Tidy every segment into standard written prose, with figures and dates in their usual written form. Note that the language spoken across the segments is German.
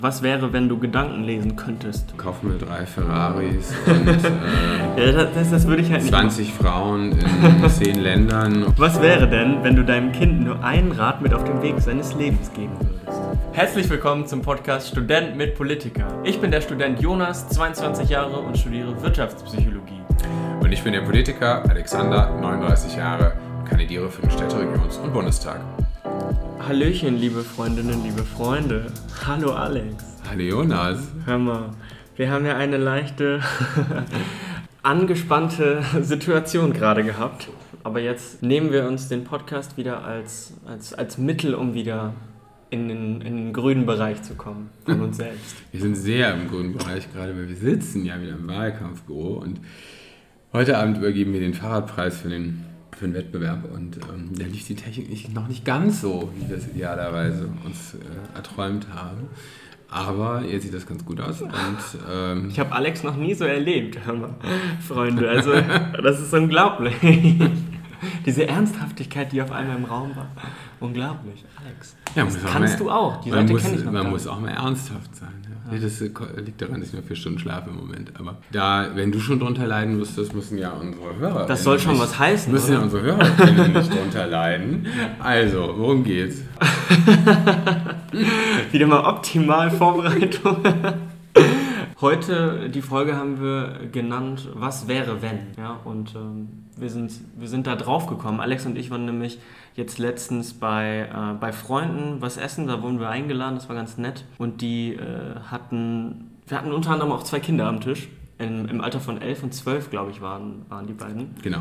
Was wäre, wenn du Gedanken lesen könntest? Kauf mir 3 Ferraris und ja, das würde ich halt nicht 20 Frauen in 10 Ländern. Was wäre denn, wenn du deinem Kind nur einen Rat mit auf den Weg seines Lebens geben würdest? Herzlich willkommen zum Podcast Student mit Politiker. Ich bin der Student Jonas, 22 Jahre und studiere Wirtschaftspsychologie. Und ich bin der Politiker Alexander, 39 Jahre, kandidiere für den Städte-, Regions- und Bundestag. Hallöchen, liebe Freundinnen, liebe Freunde. Hallo Alex. Hallo Jonas. Hör mal, wir haben ja eine leichte, angespannte Situation gerade gehabt. Aber jetzt nehmen wir uns den Podcast wieder als Mittel, um wieder in den grünen Bereich zu kommen, von uns selbst. Wir sind sehr im grünen Bereich gerade, weil wir sitzen ja wieder im Wahlkampfbüro und heute Abend übergeben wir den Fahrradpreis für den Wettbewerb und da lief die Technik noch nicht ganz so, wie wir es idealerweise uns erträumt haben. Aber jetzt sieht das ganz gut aus. Und, ich habe Alex noch nie so erlebt, hör mal, Freunde. Also das ist unglaublich. Diese Ernsthaftigkeit, die auf einmal im Raum war. Unglaublich, Alex. Ja, das kannst du auch. Die Seite kenne ich noch. Man muss auch mal ernsthaft sein. Ja. Das liegt daran, dass ich nur 4 Stunden schlafe im Moment. Aber wenn du schon drunter leiden müsstest, müssen ja unsere Hörer. Das soll schon was heißen. Müssen oder? Ja unsere Hörer nicht drunter leiden. Also, worum geht's? Wieder mal optimal Vorbereitung. Heute, die Folge haben wir genannt, was wäre wenn? Ja, und wir sind da drauf gekommen. Alex und ich waren nämlich jetzt letztens bei Freunden was essen, da wurden wir eingeladen, das war ganz nett. Und wir hatten unter anderem auch 2 Kinder am Tisch. Im Alter von 11 und 12, glaube ich, waren die beiden. Genau.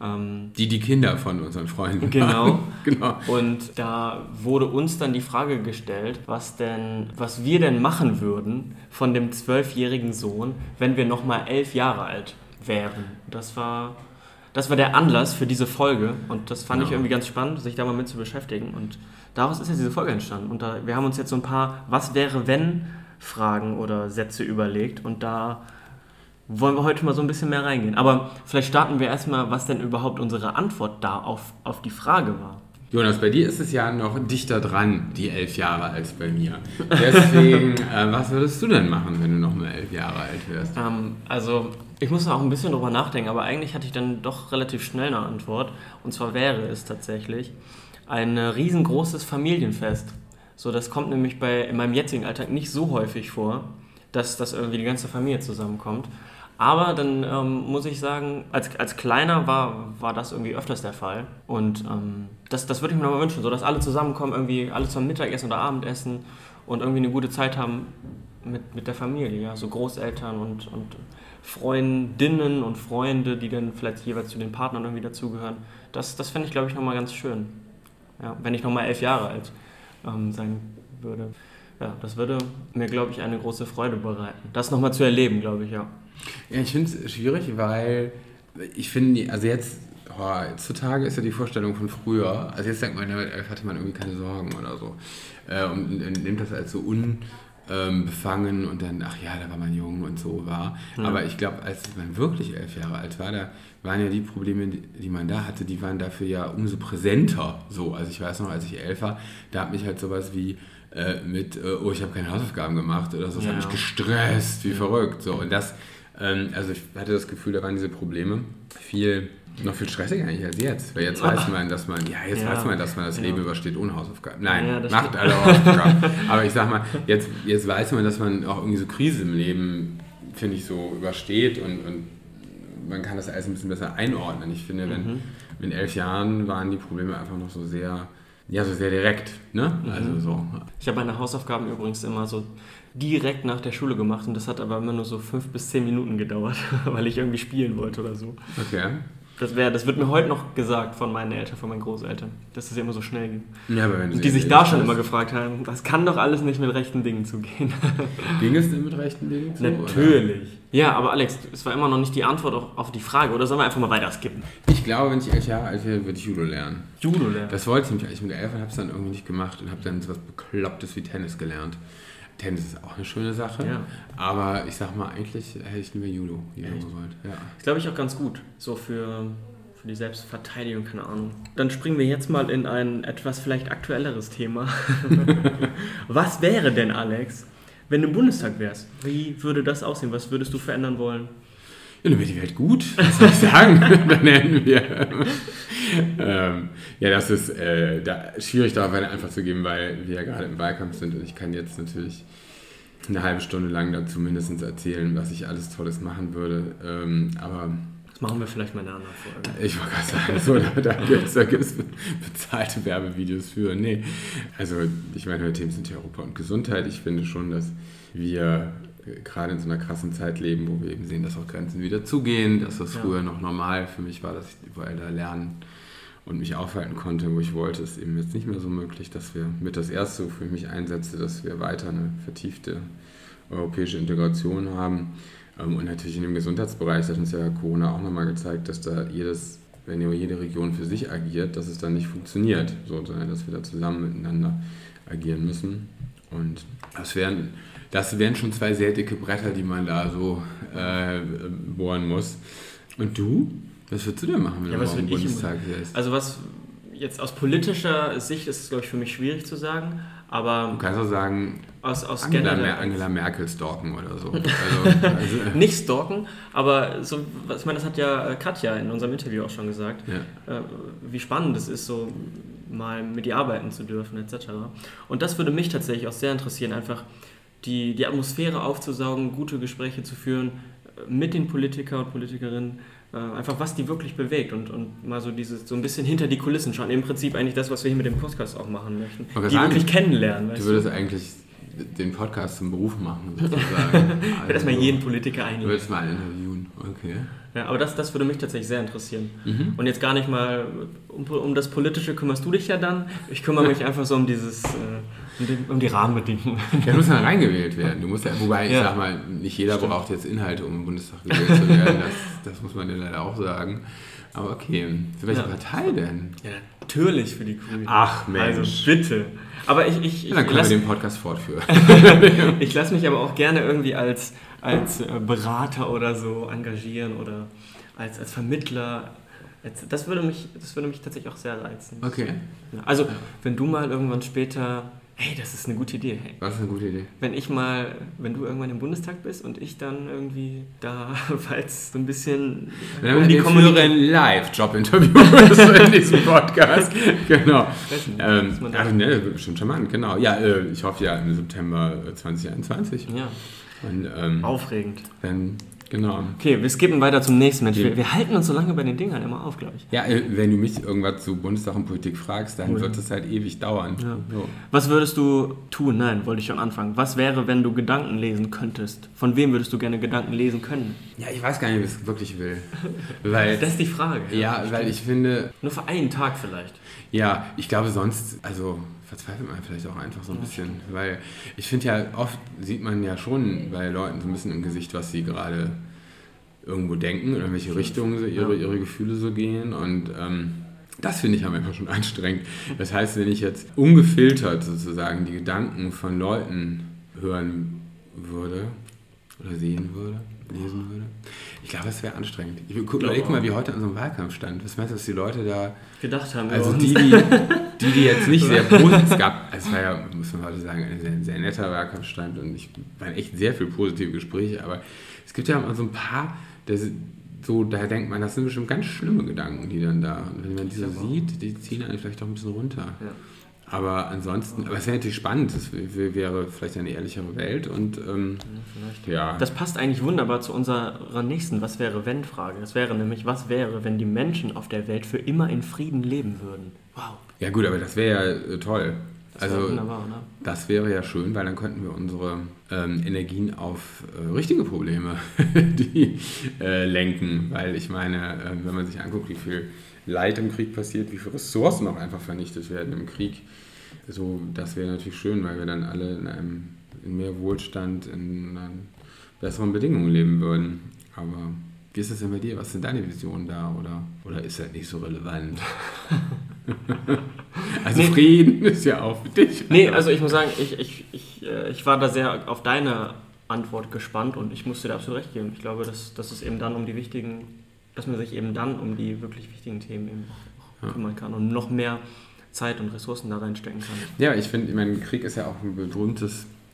Die Kinder von unseren Freunden. Genau. Genau. Und da wurde uns dann die Frage gestellt, was wir denn machen würden von dem 12-jährigen Sohn, wenn wir nochmal 11 Jahre alt wären. Das war der Anlass für diese Folge und das fand ich irgendwie ganz spannend, sich da mal mit zu beschäftigen. Und daraus ist jetzt diese Folge entstanden. Und wir haben uns jetzt so ein paar Was wäre wenn Fragen oder Sätze überlegt und da wollen wir heute mal so ein bisschen mehr reingehen. Aber vielleicht starten wir erstmal, was denn überhaupt unsere Antwort da auf die Frage war. Jonas, bei dir ist es ja noch dichter dran, die 11 Jahre, als bei mir. Deswegen, was würdest du denn machen, wenn du noch mal 11 Jahre alt wärst? Also, ich muss auch ein bisschen drüber nachdenken, aber eigentlich hatte ich dann doch relativ schnell eine Antwort. Und zwar wäre es tatsächlich ein riesengroßes Familienfest. So, das kommt nämlich in meinem jetzigen Alltag nicht so häufig vor, dass irgendwie die ganze Familie zusammenkommt. Aber dann muss ich sagen, als Kleiner war das irgendwie öfters der Fall. Und das würde ich mir nochmal wünschen, so dass alle zusammenkommen, irgendwie alle zum Mittagessen oder Abendessen und irgendwie eine gute Zeit haben mit der Familie. Ja? So Großeltern und Freundinnen und Freunde, die dann vielleicht jeweils zu den Partnern irgendwie dazugehören. Das fände ich, glaube ich, nochmal ganz schön. Ja, wenn ich nochmal 11 Jahre alt sein würde. Ja, das würde mir, glaube ich, eine große Freude bereiten. Das nochmal zu erleben, glaube ich, ja. Ja, ich finde es schwierig, weil ich finde, also heutzutage ist ja die Vorstellung von früher, also jetzt denkt man, hatte man irgendwie keine Sorgen oder so und nimmt das als so unbefangen und dann, ach ja, da war man jung und so war. Ja. Aber ich glaube, als man wirklich 11 Jahre alt war, da waren ja die Probleme, die man da hatte, die waren dafür ja umso präsenter. So, also ich weiß noch, als ich 11 war, da hat mich halt sowas wie ich habe keine Hausaufgaben gemacht oder so, das hat mich gestresst, wie verrückt. So, und das, also ich hatte das Gefühl, da waren diese Probleme noch viel stressiger eigentlich als jetzt. Weil jetzt weiß man, dass man das Leben übersteht ohne Hausaufgaben. Nein, macht alle Hausaufgaben. Aber ich sag mal, jetzt weiß man, dass man auch irgendwie so Krise im Leben, finde ich, so übersteht und man kann das alles ein bisschen besser einordnen. Ich finde, in 11 Jahren waren die Probleme einfach noch so sehr direkt, ne? Also so. Ich habe meine Hausaufgaben übrigens immer so direkt nach der Schule gemacht und das hat aber immer nur so 5 bis 10 Minuten gedauert, weil ich irgendwie spielen wollte oder so. Okay. Das wird mir heute noch gesagt von meinen Eltern, von meinen Großeltern, dass das immer so schnell ging. Ja, aber wenn und die sich da schon immer gefragt haben, das kann doch alles nicht mit rechten Dingen zugehen. Ging es denn mit rechten Dingen zu? Natürlich. Oder? Ja, aber Alex, es war immer noch nicht die Antwort auf die Frage, oder sollen wir einfach mal weiter skippen? Ich glaube, wenn ich 11 Jahre alt wäre, würde ich Judo lernen. Judo lernen? Das wollte ich nämlich eigentlich mit 11 und habe es dann irgendwie nicht gemacht und habe dann so was Beklopptes wie Tennis gelernt. Tennis ist auch eine schöne Sache, aber ich sag mal, eigentlich hätte ich lieber Judo gewollt. Ja. Das glaube ich auch ganz gut, so für die Selbstverteidigung, keine Ahnung. Dann springen wir jetzt mal in ein etwas vielleicht aktuelleres Thema. Was wäre denn, Alex, wenn du im Bundestag wärst, wie würde das aussehen? Was würdest du verändern wollen? Ja, dann wäre die Welt gut, was soll ich sagen? Dann hätten wir. Ja, das ist schwierig, darauf eine Antwort zu geben, weil wir ja gerade im Wahlkampf sind und ich kann jetzt natürlich eine halbe Stunde lang dazu mindestens erzählen, was ich alles Tolles machen würde. Aber das machen wir vielleicht mal in einer anderen Folge. ich wollte gerade sagen, so, da gibt es bezahlte Werbevideos für. Nee, also ich meine, meine Themen sind ja Europa und Gesundheit. Ich finde schon, dass wir gerade in so einer krassen Zeit leben, wo wir eben sehen, dass auch Grenzen wieder zugehen, dass das früher noch normal für mich war, dass ich überall da lernen und mich aufhalten konnte, wo ich wollte, ist eben jetzt nicht mehr so möglich, dass wir mit das Erste, wofür ich mich einsetze, dass wir weiter eine vertiefte europäische Integration haben. Und natürlich in dem Gesundheitsbereich hat uns ja Corona auch nochmal gezeigt, dass da wenn jede Region für sich agiert, dass es dann nicht funktioniert, sondern dass wir da zusammen miteinander agieren müssen. Und das wären schon 2 sehr dicke Bretter, die man da so bohren muss. Und du? Was würdest du denn machen, wenn du im Bundestag wärst? Also was jetzt aus politischer Sicht ist es, glaube ich, für mich schwierig zu sagen, aber... Du kannst auch sagen, aus Angela Merkel stalken oder so. Nicht stalken, aber so, ich meine, das hat ja Katja in unserem Interview auch schon gesagt, wie spannend es ist, so mal mit ihr arbeiten zu dürfen, etc. Und das würde mich tatsächlich auch sehr interessieren, einfach die Atmosphäre aufzusaugen, gute Gespräche zu führen mit den Politikern und Politikerinnen, einfach was die wirklich bewegt und mal so ein bisschen hinter die Kulissen schauen. Im Prinzip eigentlich das, was wir hier mit dem Podcast auch machen möchten. Die wirklich kennenlernen. Du würdest eigentlich den Podcast zum Beruf machen, sozusagen. Ich würde erstmal jeden Politiker einladen. Du würdest mal interviewen, okay. Ja, aber das würde mich tatsächlich sehr interessieren. Mhm. Und jetzt gar nicht mal, um das Politische kümmerst du dich ja dann. Ich kümmere mich einfach so um um die Rahmenbedingungen. Ja, du musst dann reingewählt werden. Wobei, ich sag mal, nicht jeder braucht jetzt Inhalte, um im Bundestag gewählt zu werden. Das muss man dir leider auch sagen. Aber okay, für welche Partei denn? Ja, natürlich für die Grünen. Ach Mensch. Also bitte. Aber dann können wir den Podcast fortführen. Ich lasse mich aber auch gerne irgendwie als Berater oder so engagieren oder als Vermittler. Das würde mich tatsächlich auch sehr reizen. Okay. Ja, also, wenn du mal irgendwann später... Hey, das ist eine gute Idee. Hey. Was ist eine gute Idee? Wenn du irgendwann im Bundestag bist und ich dann irgendwie da, falls so ein bisschen... Wenn die führen Live-Job-Interview in diesem Podcast. Genau. Das wird bestimmt charmant, genau. Ja, ich hoffe ja im September 2021. Ja. Und, aufregend. Genau. Okay, wir skippen weiter zum nächsten Mensch. Wir halten uns so lange bei den Dingern immer auf, glaube ich. Ja, wenn du mich irgendwas zu Bundestag und Politik fragst, dann wird es halt ewig dauern. Ja. So. Was würdest du tun? Nein, wollte ich schon anfangen. Was wäre, wenn du Gedanken lesen könntest? Von wem würdest du gerne Gedanken lesen können? Ja, ich weiß gar nicht, ob ich es wirklich will. Weil, das ist die Frage. Ja, weil ich finde... Nur für einen Tag vielleicht. Ja, ich glaube sonst... verzweifelt man vielleicht auch einfach so ein bisschen, weil ich finde ja, oft sieht man ja schon bei Leuten so ein bisschen im Gesicht, was sie gerade irgendwo denken oder in welche Richtung so ihre Gefühle so gehen und das finde ich aber einfach schon anstrengend. Das heißt, wenn ich jetzt ungefiltert sozusagen die Gedanken von Leuten hören würde oder sehen würde, lesen würde, ich glaube, es wäre anstrengend. Überleg mal, wie heute an so einem Wahlkampf stand. Was meinst du, was die Leute da gedacht haben? Also die jetzt nicht sehr positiv, es war ja, muss man heute sagen, ein sehr, sehr netter Wahlkampf stand und waren echt sehr viele positive Gespräche, aber es gibt ja immer so ein paar, da denkt man, das sind bestimmt ganz schlimme Gedanken, die dann da, und wenn man die so sieht, die ziehen einen vielleicht doch ein bisschen runter. Ja. Aber ansonsten, es wäre natürlich spannend, es wäre vielleicht eine ehrlichere Welt und ja. Das passt eigentlich wunderbar zu unserer nächsten Was-wäre-wenn-Frage. Das wäre nämlich, was wäre, wenn die Menschen auf der Welt für immer in Frieden leben würden? Wow. Ja gut, aber das wäre ja toll. Das wäre wunderbar, ne? Das wäre ja schön, weil dann könnten wir unsere Energien auf richtige Probleme lenken. Weil ich meine, wenn man sich anguckt, wie viel Leid im Krieg passiert, wie viele Ressourcen auch einfach vernichtet werden im Krieg, so, das wäre natürlich schön, weil wir dann alle in mehr Wohlstand, in besseren Bedingungen leben würden. Aber wie ist das denn bei dir? Was sind deine Visionen da? Oder ist das nicht so relevant? Also Frieden ist ja auch für dich. Nee, also ich muss sagen, ich war da sehr auf deine Antwort gespannt und ich muss dir da absolut recht geben. Ich glaube, dass es eben dann dass man sich eben dann um die wirklich wichtigen Themen eben auch kümmern kann und noch mehr Zeit und Ressourcen da reinstecken kann. Ja, ich finde, Krieg ist ja auch ein berühmtes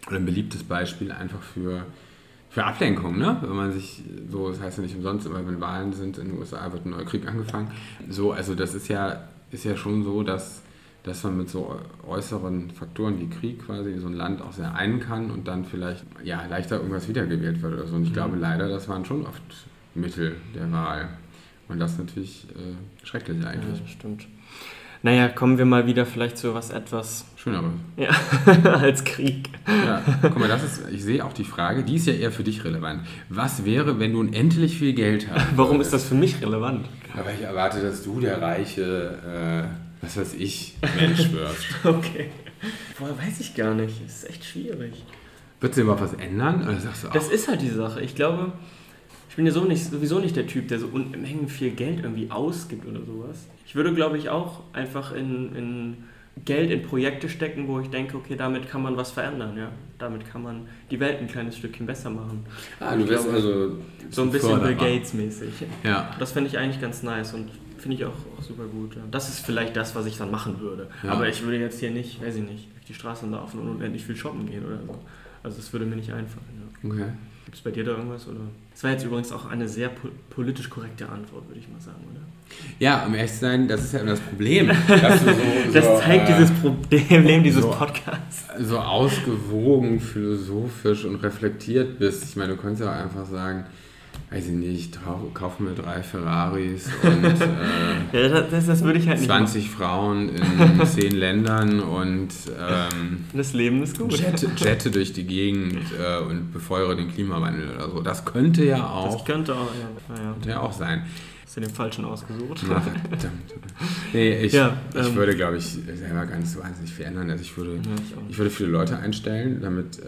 oder ein beliebtes Beispiel einfach für Ablenkung, ne? Wenn man sich so, das heißt ja nicht umsonst, aber wenn Wahlen sind in den USA, wird ein neuer Krieg angefangen. So, also das ist ja schon so, dass man mit so äußeren Faktoren wie Krieg quasi so ein Land auch sehr einen kann und dann vielleicht leichter irgendwas wiedergewählt wird oder so. Und ich glaube leider, das waren schon oft Mittel der Wahl. Und das ist natürlich schrecklich eigentlich. Ja, stimmt. Naja, kommen wir mal wieder vielleicht zu was etwas Schöneres. Ja, als Krieg. Ja, guck mal, ich sehe auch die Frage, die ist ja eher für dich relevant. Was wäre, wenn du unendlich viel Geld hast? Warum ist das für mich relevant? Aber ich erwarte, dass du der reiche, was weiß ich, Mensch wirst. Okay. Boah, weiß ich gar nicht. Das ist echt schwierig. Wird sich mal was ändern? Oder sagst du auch? Das ist halt die Sache. Ich glaube, ich bin ja sowieso nicht der Typ, der so Unmengen viel Geld irgendwie ausgibt oder sowas. Ich würde, glaube ich, auch einfach in Geld in Projekte stecken, wo ich denke, okay, damit kann man was verändern. Ja? Damit kann man die Welt ein kleines Stückchen besser machen. Du wirst also so ein bisschen Bill Gates mäßig. Ja. Das fände ich eigentlich ganz nice und finde ich auch super gut. Ja. Das ist vielleicht das, was ich dann machen würde. Ja. Aber ich würde jetzt hier nicht, weiß ich nicht, durch die Straßen laufen und unendlich viel shoppen gehen oder so. Also das würde mir nicht einfallen. Ja. Okay. Gibt es bei dir da irgendwas? Oder? Das war jetzt übrigens auch eine sehr politisch korrekte Antwort, würde ich mal sagen, oder? Ja, um ehrlich zu sein, das ist ja immer das Problem. Dass du das zeigt dieses Problem dieses Podcasts. So ausgewogen, philosophisch und reflektiert bist. Ich meine, du könntest ja auch einfach sagen, weiß ich nicht, kaufe mir 3 Ferraris und das würde ich halt 20 nicht Frauen in 10 Ländern und das Leben ist gut. Jette durch die Gegend und befeuere den Klimawandel oder so. Das könnte ja auch. Das könnte auch, Könnte ja auch sein. Hast du den falschen ausgesucht? Ach, verdammt. Nee, ich würde, glaube ich, selber gar nicht so wahnsinnig viel ändern. Also ich würde viele Leute einstellen, damit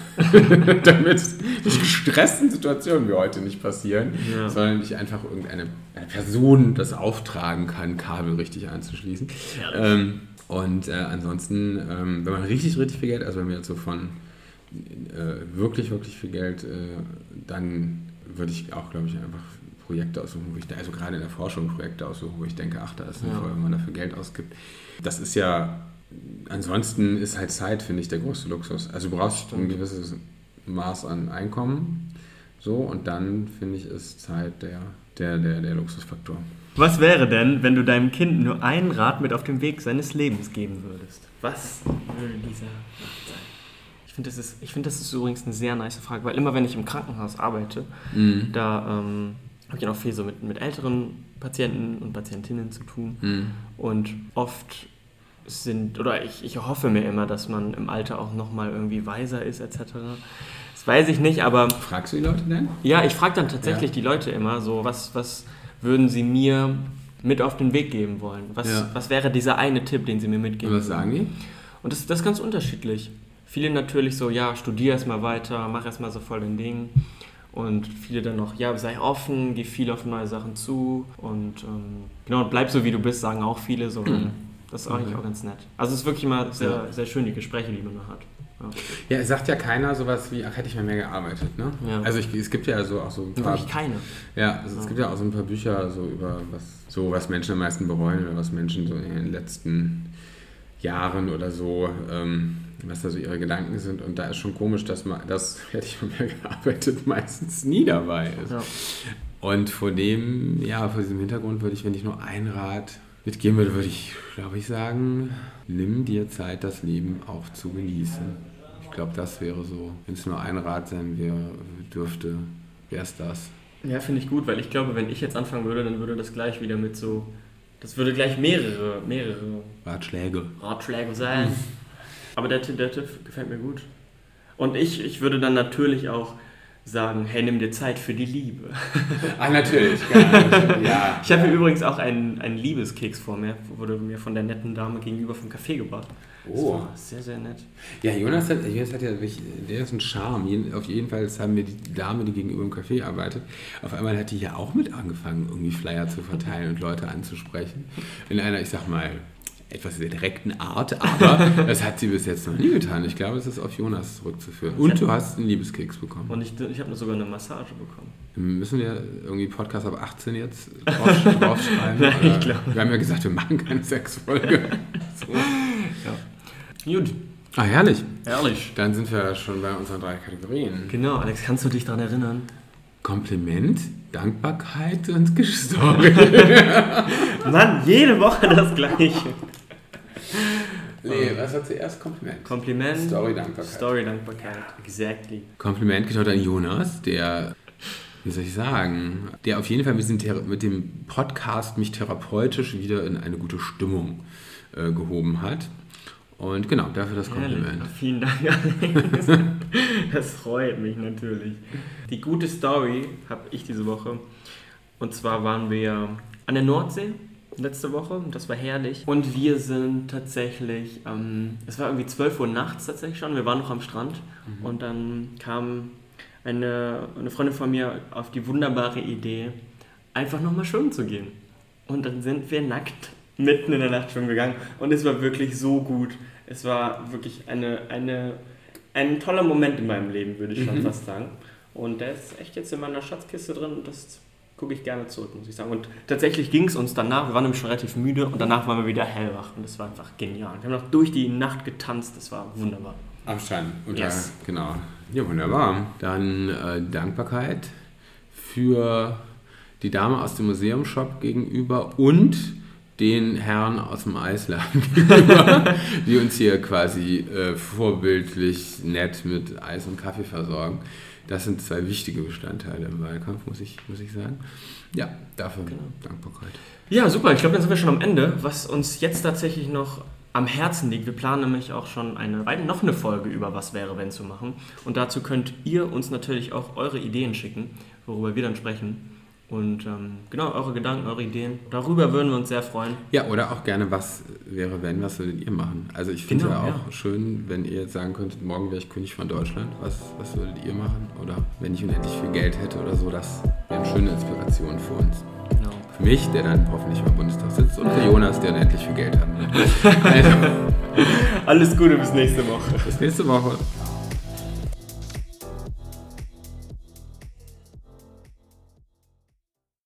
die gestressten Situationen wie heute nicht passieren, sondern ich einfach irgendeine Person das auftragen kann, Kabel richtig anzuschließen. Und ansonsten, wenn man richtig viel Geld, also wenn wir jetzt so von wirklich viel Geld, dann würde ich auch, glaube ich, einfach Projekte aussuchen, also gerade in der Forschung Projekte aussuchen, wo ich denke, ach, da ist sinnvoll, wenn man dafür Geld ausgibt. Das ist ja, ansonsten ist halt Zeit, finde ich, der größte Luxus. Also du brauchst ein gewisses Maß an Einkommen, so, und dann, finde ich, ist Zeit der Luxusfaktor. Was wäre denn, wenn du deinem Kind nur einen Rat mit auf dem Weg seines Lebens geben würdest? Was würde dieser Rat sein? Ich finde, das ist übrigens eine sehr nice Frage, weil immer, wenn ich im Krankenhaus arbeite, da habe ich ja noch viel so mit älteren Patienten und Patientinnen zu tun. Und oft ich hoffe mir immer, dass man im Alter auch nochmal irgendwie weiser ist, etc. Das weiß ich nicht, aber... Fragst du die Leute denn? Ja, ich frage dann tatsächlich die Leute immer so, was würden sie mir mit auf den Weg geben wollen? Was wäre dieser eine Tipp, den sie mir mitgeben? Und was sagen die? Und das ist ganz unterschiedlich. Viele natürlich so, studier erstmal weiter, mach erstmal so voll dein Ding. Und viele dann noch, sei offen, geh viel auf neue Sachen zu und bleib so, wie du bist, sagen auch viele so. Das ist eigentlich auch ganz nett. Also es ist wirklich immer sehr, sehr schön, die Gespräche, die man da hat. Ja, es sagt ja keiner sowas wie, ach, hätte ich mal mehr gearbeitet, ne? Ja. Also es gibt ja auch so ein paar... Wirklich keine. Ja, es gibt ja auch so ein paar Bücher so über was Menschen am meisten bereuen oder was Menschen so in den letzten Jahren oder so... was da so ihre Gedanken sind, und da ist schon komisch, dass hätte ich mal mehr gearbeitet, meistens nie dabei ist. Ja. Und vor diesem Hintergrund würde ich, wenn ich nur ein Rat mitgeben würde, würde ich, glaube ich, sagen, nimm dir Zeit, das Leben auch zu genießen. Ich glaube, das wäre so, wenn es nur ein Rat sein dürfte, wäre es das. Ja, finde ich gut, weil ich glaube, wenn ich jetzt anfangen würde, dann würde das gleich wieder das würde gleich mehrere Ratschläge sein. Aber der Tipp gefällt mir gut. Und ich würde dann natürlich auch sagen, hey, nimm dir Zeit für die Liebe. Ah, natürlich. Ja. Ich habe hier übrigens auch einen Liebeskeks vor mir, wurde mir von der netten Dame gegenüber vom Café gebracht. Das war sehr, sehr nett. Ja, Jonas hat ja wirklich, der ist ein Charme. Auf jeden Fall haben wir die Dame, die gegenüber im Café arbeitet, auf einmal hat die ja auch mit angefangen, irgendwie Flyer zu verteilen und Leute anzusprechen. In einer, ich sag mal, etwas sehr direkten Art, aber das hat sie bis jetzt noch nie getan. Ich glaube, es ist auf Jonas zurückzuführen. Und du hast einen Liebeskeks bekommen. Und ich habe sogar eine Massage bekommen. Müssen wir irgendwie Podcast ab 18 jetzt draufschreiben? Nein, ich glaube. Wir haben ja gesagt, wir machen keine Sexfolge. So. Ja. Gut, Ah, herrlich. Herrlich. Dann sind wir schon bei unseren 3 Kategorien. Genau, Alex, kannst du dich daran erinnern? Kompliment, Dankbarkeit und Story. Mann, jede Woche das Gleiche. Nee, was war zuerst? Kompliment. Kompliment. Story, Dankbarkeit. Story, Dankbarkeit. Exactly. Kompliment geht heute an Jonas, der, wie soll ich sagen, der auf jeden Fall mit dem Podcast mich therapeutisch wieder in eine gute Stimmung gehoben hat. Und genau, dafür das Kompliment. Vielen Dank, Alex. Das freut mich natürlich. Die gute Story habe ich diese Woche. Und zwar waren wir an der Nordsee letzte Woche und das war herrlich. Und wir sind tatsächlich, es war irgendwie 12 Uhr nachts tatsächlich schon, wir waren noch am Strand. Und dann kam eine Freundin von mir auf die wunderbare Idee, einfach nochmal schwimmen zu gehen. Und dann sind wir nackt mitten in der Nacht schwimmen gegangen und es war wirklich so gut. Es war wirklich ein toller Moment in meinem Leben, würde ich schon fast sagen. Und der ist echt jetzt in meiner Schatzkiste drin und das gucke ich gerne zurück, muss ich sagen. Und tatsächlich ging es uns danach, wir waren nämlich schon relativ müde und danach waren wir wieder hellwach und das war einfach genial. Wir haben noch durch die Nacht getanzt, das war wunderbar. Am Strand. Yes. Genau. Ja, wunderbar. Dann Dankbarkeit für die Dame aus dem Museumshop gegenüber und den Herrn aus dem Eisladen gegenüber, die uns hier quasi vorbildlich nett mit Eis und Kaffee versorgen. Das sind 2 wichtige Bestandteile im Wahlkampf, muss ich sagen. Ja, dafür Dankbarkeit. Ja, super. Ich glaube, dann sind wir schon am Ende. Was uns jetzt tatsächlich noch am Herzen liegt, wir planen nämlich auch schon noch eine Folge über Was wäre, wenn zu machen. Und dazu könnt ihr uns natürlich auch eure Ideen schicken, worüber wir dann sprechen. Und genau, eure Gedanken, eure Ideen. Darüber würden wir uns sehr freuen. Ja, oder auch gerne, was wäre, wenn, was würdet ihr machen? Also ich finde auch schön, wenn ihr jetzt sagen könntet, morgen wäre ich König von Deutschland. Was würdet ihr machen? Oder wenn ich unendlich viel Geld hätte oder so, das wäre eine schöne Inspiration für uns. Genau. Für mich, der dann hoffentlich im Bundestag sitzt, und für Jonas, der unendlich viel Geld haben will. Also, alles Gute, bis nächste Woche. Bis nächste Woche.